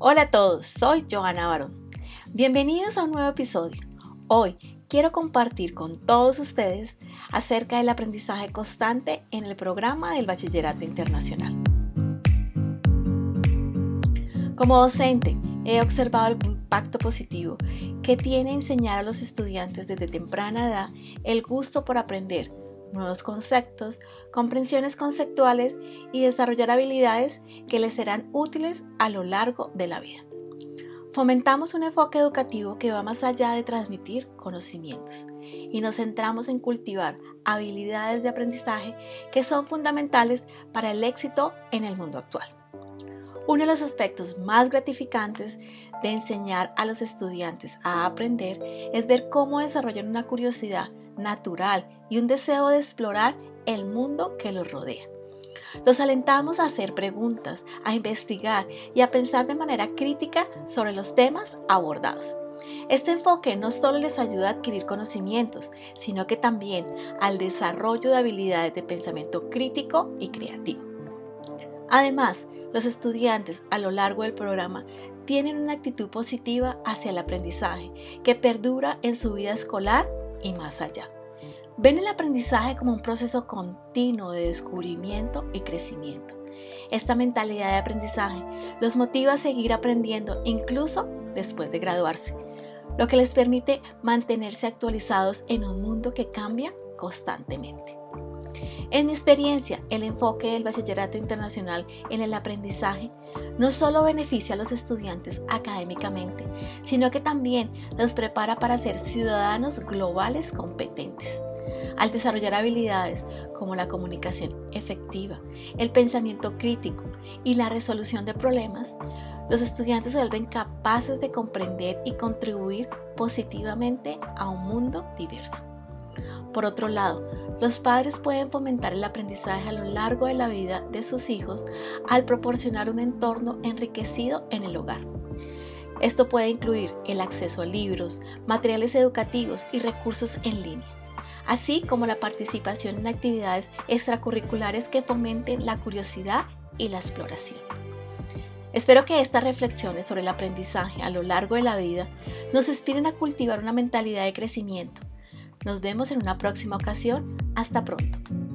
Hola a todos, soy Johanna Barón. Bienvenidos a un nuevo episodio. Hoy quiero compartir con todos ustedes acerca del aprendizaje constante en el programa del Bachillerato Internacional. Como docente, he observado el impacto positivo que tiene enseñar a los estudiantes desde temprana edad el gusto por aprender nuevos conceptos, comprensiones conceptuales y desarrollar habilidades que les serán útiles a lo largo de la vida. Fomentamos un enfoque educativo que va más allá de transmitir conocimientos y nos centramos en cultivar habilidades de aprendizaje que son fundamentales para el éxito en el mundo actual. Uno de los aspectos más gratificantes de enseñar a los estudiantes a aprender es ver cómo desarrollan una curiosidad natural y un deseo de explorar el mundo que los rodea. Los alentamos a hacer preguntas, a investigar y a pensar de manera crítica sobre los temas abordados. Este enfoque no solo les ayuda a adquirir conocimientos, sino que también al desarrollo de habilidades de pensamiento crítico y creativo. Además, los estudiantes a lo largo del programa tienen una actitud positiva hacia el aprendizaje que perdura en su vida escolar y más allá. Ven el aprendizaje como un proceso continuo de descubrimiento y crecimiento. Esta mentalidad de aprendizaje los motiva a seguir aprendiendo incluso después de graduarse, lo que les permite mantenerse actualizados en un mundo que cambia constantemente. En mi experiencia, el enfoque del Bachillerato Internacional en el aprendizaje no solo beneficia a los estudiantes académicamente, sino que también los prepara para ser ciudadanos globales competentes. Al desarrollar habilidades como la comunicación efectiva, el pensamiento crítico y la resolución de problemas, los estudiantes se vuelven capaces de comprender y contribuir positivamente a un mundo diverso. Por otro lado, los padres pueden fomentar el aprendizaje a lo largo de la vida de sus hijos al proporcionar un entorno enriquecido en el hogar. Esto puede incluir el acceso a libros, materiales educativos y recursos en línea, así como la participación en actividades extracurriculares que fomenten la curiosidad y la exploración. Espero que estas reflexiones sobre el aprendizaje a lo largo de la vida nos inspiren a cultivar una mentalidad de crecimiento. Nos vemos en una próxima ocasión. Hasta pronto.